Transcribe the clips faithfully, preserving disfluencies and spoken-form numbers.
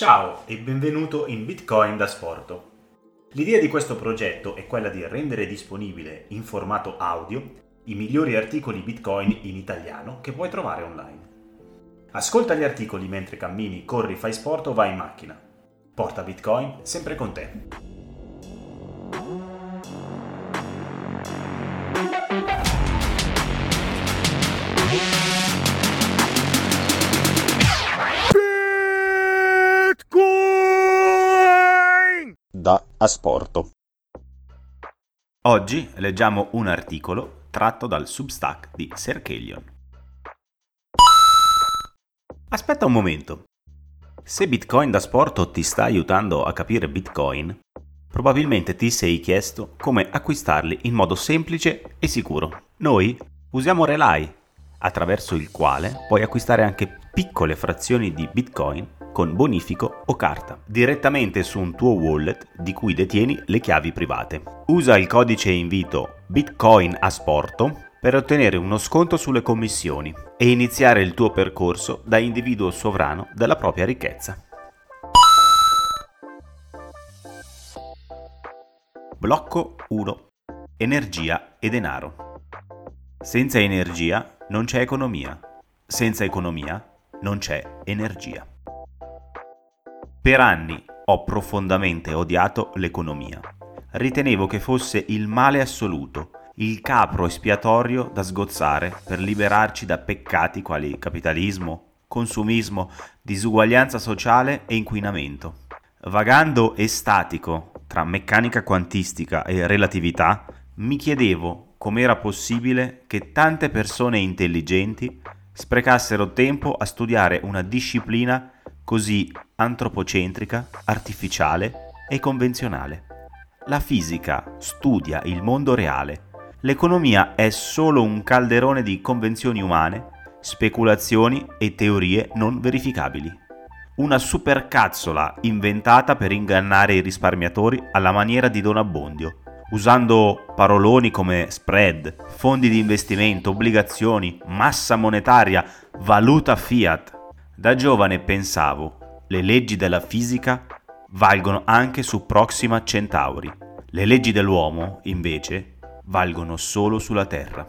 Ciao e benvenuto in Bitcoin da Sporto. L'idea di questo progetto è quella di rendere disponibile in formato audio i migliori articoli Bitcoin in italiano che puoi trovare online. Ascolta gli articoli mentre cammini, corri, fai sport o vai in macchina. Porta Bitcoin sempre con te. Da Asporto. Oggi leggiamo un articolo tratto dal Substack di Serkelion. Aspetta un momento. Se Bitcoin da Sporto ti sta aiutando a capire Bitcoin, probabilmente ti sei chiesto come acquistarli in modo semplice e sicuro. Noi usiamo Relai, attraverso il quale puoi acquistare anche piccole frazioni di Bitcoin con bonifico o carta, direttamente su un tuo wallet di cui detieni le chiavi private. Usa il codice invito Bitcoin Asporto per ottenere uno sconto sulle commissioni e iniziare il tuo percorso da individuo sovrano della propria ricchezza. Blocco uno. Energia e denaro. Senza energia non c'è economia. Senza economia non c'è energia. Per anni ho profondamente odiato l'economia. Ritenevo che fosse il male assoluto, il capro espiatorio da sgozzare per liberarci da peccati quali capitalismo, consumismo, disuguaglianza sociale e inquinamento. Vagando estatico tra meccanica quantistica e relatività, mi chiedevo com'era possibile che tante persone intelligenti sprecassero tempo a studiare una disciplina così antropocentrica, artificiale e convenzionale. La fisica studia il mondo reale, l'economia è solo un calderone di convenzioni umane, speculazioni e teorie non verificabili. Una supercazzola inventata per ingannare i risparmiatori alla maniera di Don Abbondio, usando paroloni come spread, fondi di investimento, obbligazioni, massa monetaria, valuta fiat. Da giovane pensavo, le leggi della fisica valgono anche su Proxima Centauri. Le leggi dell'uomo, invece, valgono solo sulla Terra.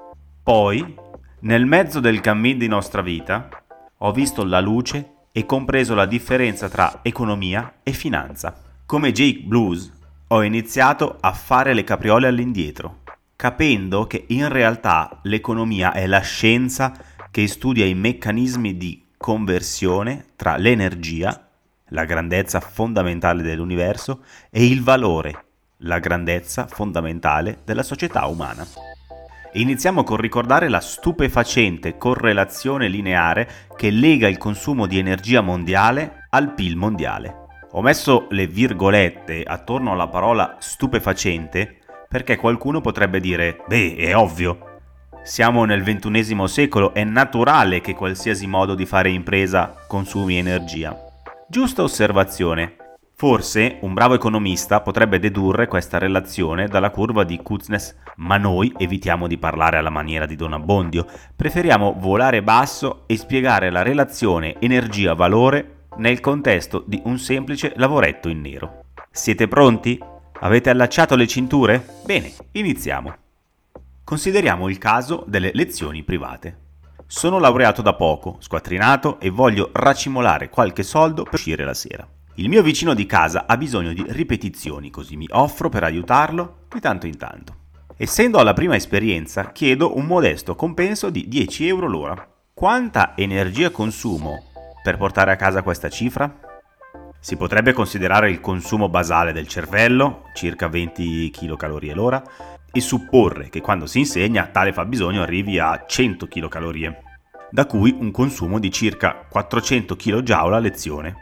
Poi, nel mezzo del cammin di nostra vita, ho visto la luce e compreso la differenza tra economia e finanza. Come Jake Blues, ho iniziato a fare le capriole all'indietro, capendo che in realtà l'economia è la scienza che studia i meccanismi di conversione tra l'energia, la grandezza fondamentale dell'universo, e il valore, la grandezza fondamentale della società umana. Iniziamo col ricordare la stupefacente correlazione lineare che lega il consumo di energia mondiale al P I L mondiale. Ho messo le virgolette attorno alla parola stupefacente perché qualcuno potrebbe dire «Beh, è ovvio». Siamo nel ventunesimo secolo, è naturale che qualsiasi modo di fare impresa consumi energia. Giusta osservazione. Forse un bravo economista potrebbe dedurre questa relazione dalla curva di Kuznets, ma noi evitiamo di parlare alla maniera di Don Abbondio. Preferiamo volare basso e spiegare la relazione energia-valore nel contesto di un semplice lavoretto in nero. Siete pronti? Avete allacciato le cinture? Bene, iniziamo. Consideriamo il caso delle lezioni private. Sono laureato da poco, squattrinato e voglio racimolare qualche soldo per uscire la sera. Il mio vicino di casa ha bisogno di ripetizioni, così mi offro per aiutarlo di tanto in tanto. Essendo alla prima esperienza, chiedo un modesto compenso di dieci euro l'ora. Quanta energia consumo per portare a casa questa cifra? Si potrebbe considerare il consumo basale del cervello, circa venti chilocalorie l'ora, e supporre che quando si insegna tale fabbisogno arrivi a cento chilocalorie, da cui un consumo di circa quattrocento chilojoule a lezione.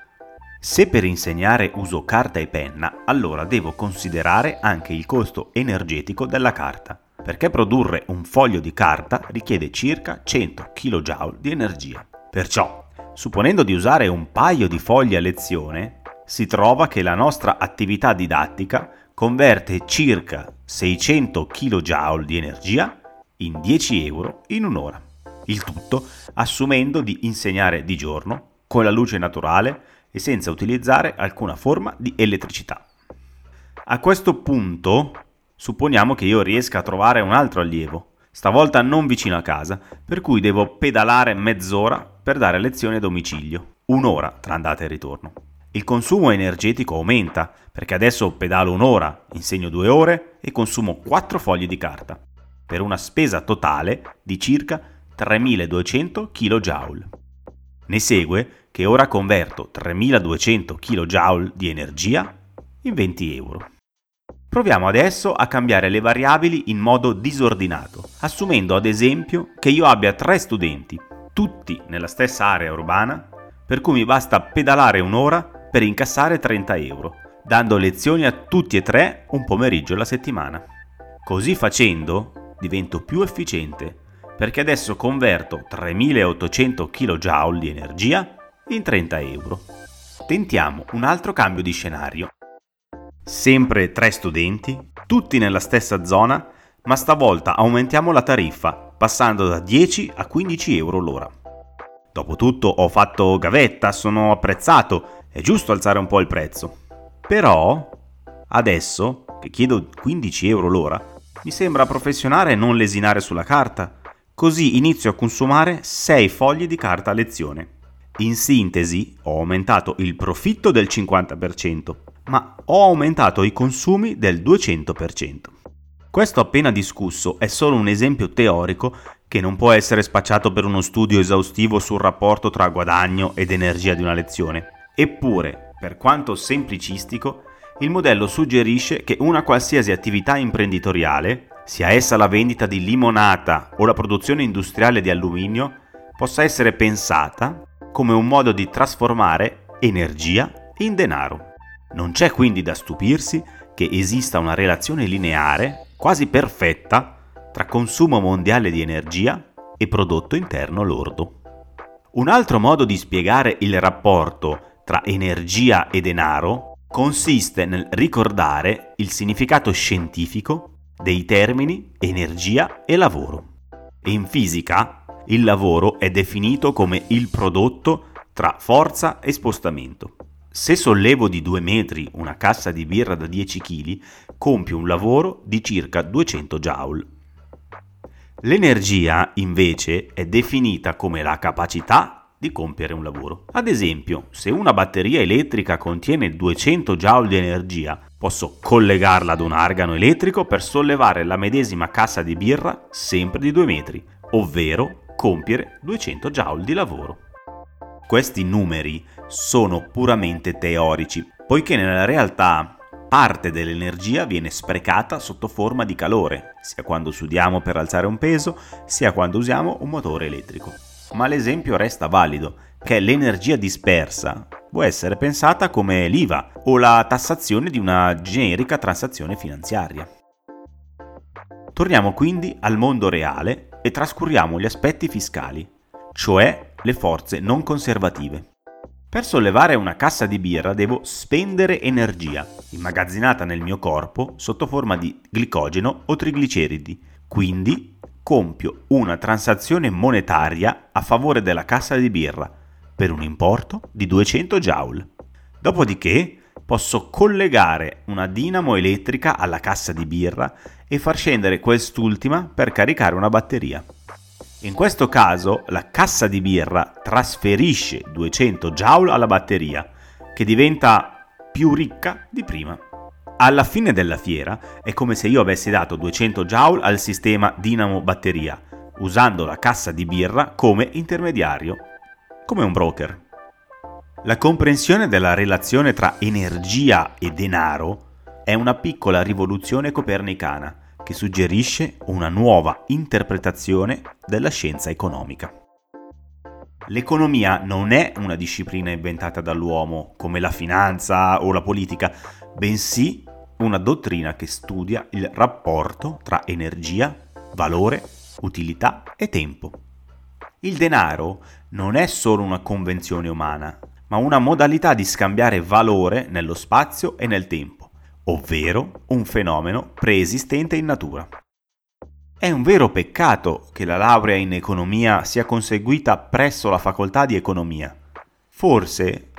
Se per insegnare uso carta e penna, allora devo considerare anche il costo energetico della carta, perché produrre un foglio di carta richiede circa cento chilojoule di energia. Perciò, supponendo di usare un paio di fogli a lezione, si trova che la nostra attività didattica converte circa seicento chilojoule di energia in dieci euro in un'ora. Il tutto assumendo di insegnare di giorno, con la luce naturale e senza utilizzare alcuna forma di elettricità. A questo punto supponiamo che io riesca a trovare un altro allievo, stavolta non vicino a casa, per cui devo pedalare mezz'ora per dare lezioni a domicilio, un'ora tra andata e ritorno. Il consumo energetico aumenta, perché adesso pedalo un'ora, insegno due ore e consumo quattro fogli di carta, per una spesa totale di circa tremiladuecento chilojoule. Ne segue che ora converto tremiladuecento chilojoule di energia in venti euro. Proviamo adesso a cambiare le variabili in modo disordinato, assumendo ad esempio che io abbia tre studenti, tutti nella stessa area urbana, per cui mi basta pedalare un'ora per incassare trenta euro, dando lezioni a tutti e tre un pomeriggio alla settimana. Così facendo divento più efficiente, perché adesso converto tremilaottocento chilojoule di energia in trenta euro. Tentiamo un altro cambio di scenario. Sempre tre studenti, tutti nella stessa zona, ma stavolta aumentiamo la tariffa, passando da dieci a quindici euro l'ora. Dopotutto ho fatto gavetta, sono apprezzato, è giusto alzare un po' il prezzo. Però, adesso, che chiedo quindici euro l'ora, mi sembra professionale non lesinare sulla carta, così inizio a consumare sei fogli di carta a lezione. In sintesi, ho aumentato il profitto del cinquanta per cento, ma ho aumentato i consumi del duecento per cento. Questo appena discusso è solo un esempio teorico che non può essere spacciato per uno studio esaustivo sul rapporto tra guadagno ed energia di una lezione. Eppure, per quanto semplicistico, il modello suggerisce che una qualsiasi attività imprenditoriale, sia essa la vendita di limonata o la produzione industriale di alluminio, possa essere pensata come un modo di trasformare energia in denaro. Non c'è quindi da stupirsi che esista una relazione lineare, quasi perfetta, tra consumo mondiale di energia e prodotto interno lordo. Un altro modo di spiegare il rapporto tra energia e denaro consiste nel ricordare il significato scientifico dei termini energia e lavoro. In fisica, il lavoro è definito come il prodotto tra forza e spostamento. Se sollevo di due metri una cassa di birra da dieci chili, compio un lavoro di circa duecento joule. L'energia, invece, è definita come la capacità di compiere un lavoro. Ad esempio, se una batteria elettrica contiene duecento joule di energia, posso collegarla ad un argano elettrico per sollevare la medesima cassa di birra sempre di due metri, ovvero compiere duecento joule di lavoro. Questi numeri sono puramente teorici, poiché nella realtà parte dell'energia viene sprecata sotto forma di calore, sia quando sudiamo per alzare un peso, sia quando usiamo un motore elettrico. Ma l'esempio resta valido, che l'energia dispersa può essere pensata come l'I V A o la tassazione di una generica transazione finanziaria. Torniamo quindi al mondo reale e trascuriamo gli aspetti fiscali, cioè le forze non conservative. Per sollevare una cassa di birra devo spendere energia, immagazzinata nel mio corpo sotto forma di glicogeno o trigliceridi, quindi compio una transazione monetaria a favore della cassa di birra per un importo di duecento joule. Dopodiché posso collegare una dinamo elettrica alla cassa di birra e far scendere quest'ultima per caricare una batteria. In questo caso la cassa di birra trasferisce duecento joule alla batteria, che diventa più ricca di prima. Alla fine della fiera è come se io avessi dato duecento joule al sistema dinamo-batteria, usando la cassa di birra come intermediario, come un broker. La comprensione della relazione tra energia e denaro è una piccola rivoluzione copernicana che suggerisce una nuova interpretazione della scienza economica. L'economia non è una disciplina inventata dall'uomo come la finanza o la politica, bensì una dottrina che studia il rapporto tra energia, valore, utilità e tempo. Il denaro non è solo una convenzione umana, ma una modalità di scambiare valore nello spazio e nel tempo, ovvero un fenomeno preesistente in natura. È un vero peccato che la laurea in economia sia conseguita presso la facoltà di economia. Forse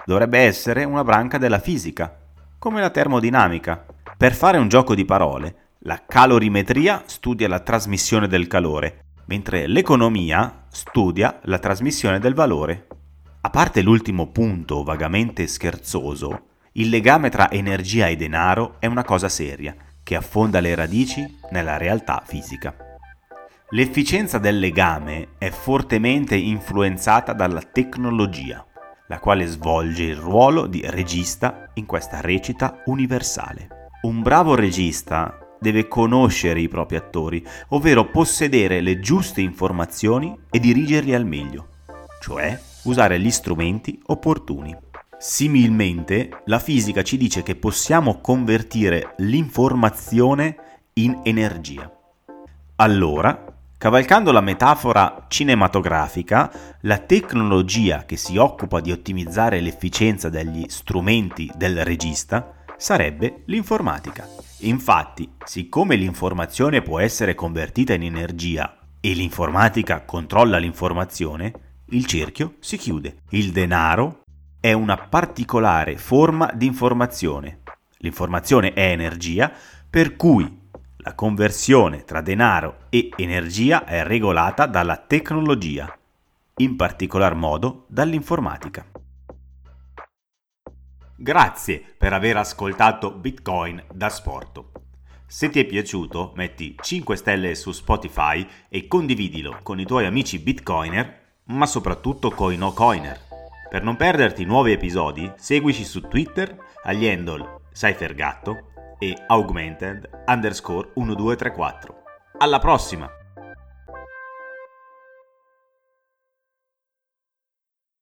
dovrebbe essere una branca della fisica, come la termodinamica. Per fare un gioco di parole, la calorimetria studia la trasmissione del calore, mentre l'economia studia la trasmissione del valore. A parte l'ultimo punto vagamente scherzoso, il legame tra energia e denaro è una cosa seria, che affonda le radici nella realtà fisica. L'efficienza del legame è fortemente influenzata dalla tecnologia, la quale svolge il ruolo di regista in questa recita universale. Un bravo regista deve conoscere i propri attori, ovvero possedere le giuste informazioni e dirigerli al meglio, cioè usare gli strumenti opportuni. Similmente, la fisica ci dice che possiamo convertire l'informazione in energia. Allora, cavalcando la metafora cinematografica, la tecnologia che si occupa di ottimizzare l'efficienza degli strumenti del regista sarebbe l'informatica. Infatti, siccome l'informazione può essere convertita in energia e l'informatica controlla l'informazione, il cerchio si chiude. Il denaro è una particolare forma di informazione. L'informazione è energia, per cui la conversione tra denaro e energia è regolata dalla tecnologia, in particolar modo dall'informatica. Grazie per aver ascoltato Bitcoin da Sporto. Se ti è piaciuto, metti cinque stelle su Spotify e condividilo con i tuoi amici Bitcoiner, ma soprattutto coi no coiner. Per non perderti nuovi episodi, seguici su Twitter agli handle Cyphergatto e augmented underscore uno due tre quattro. Alla prossima!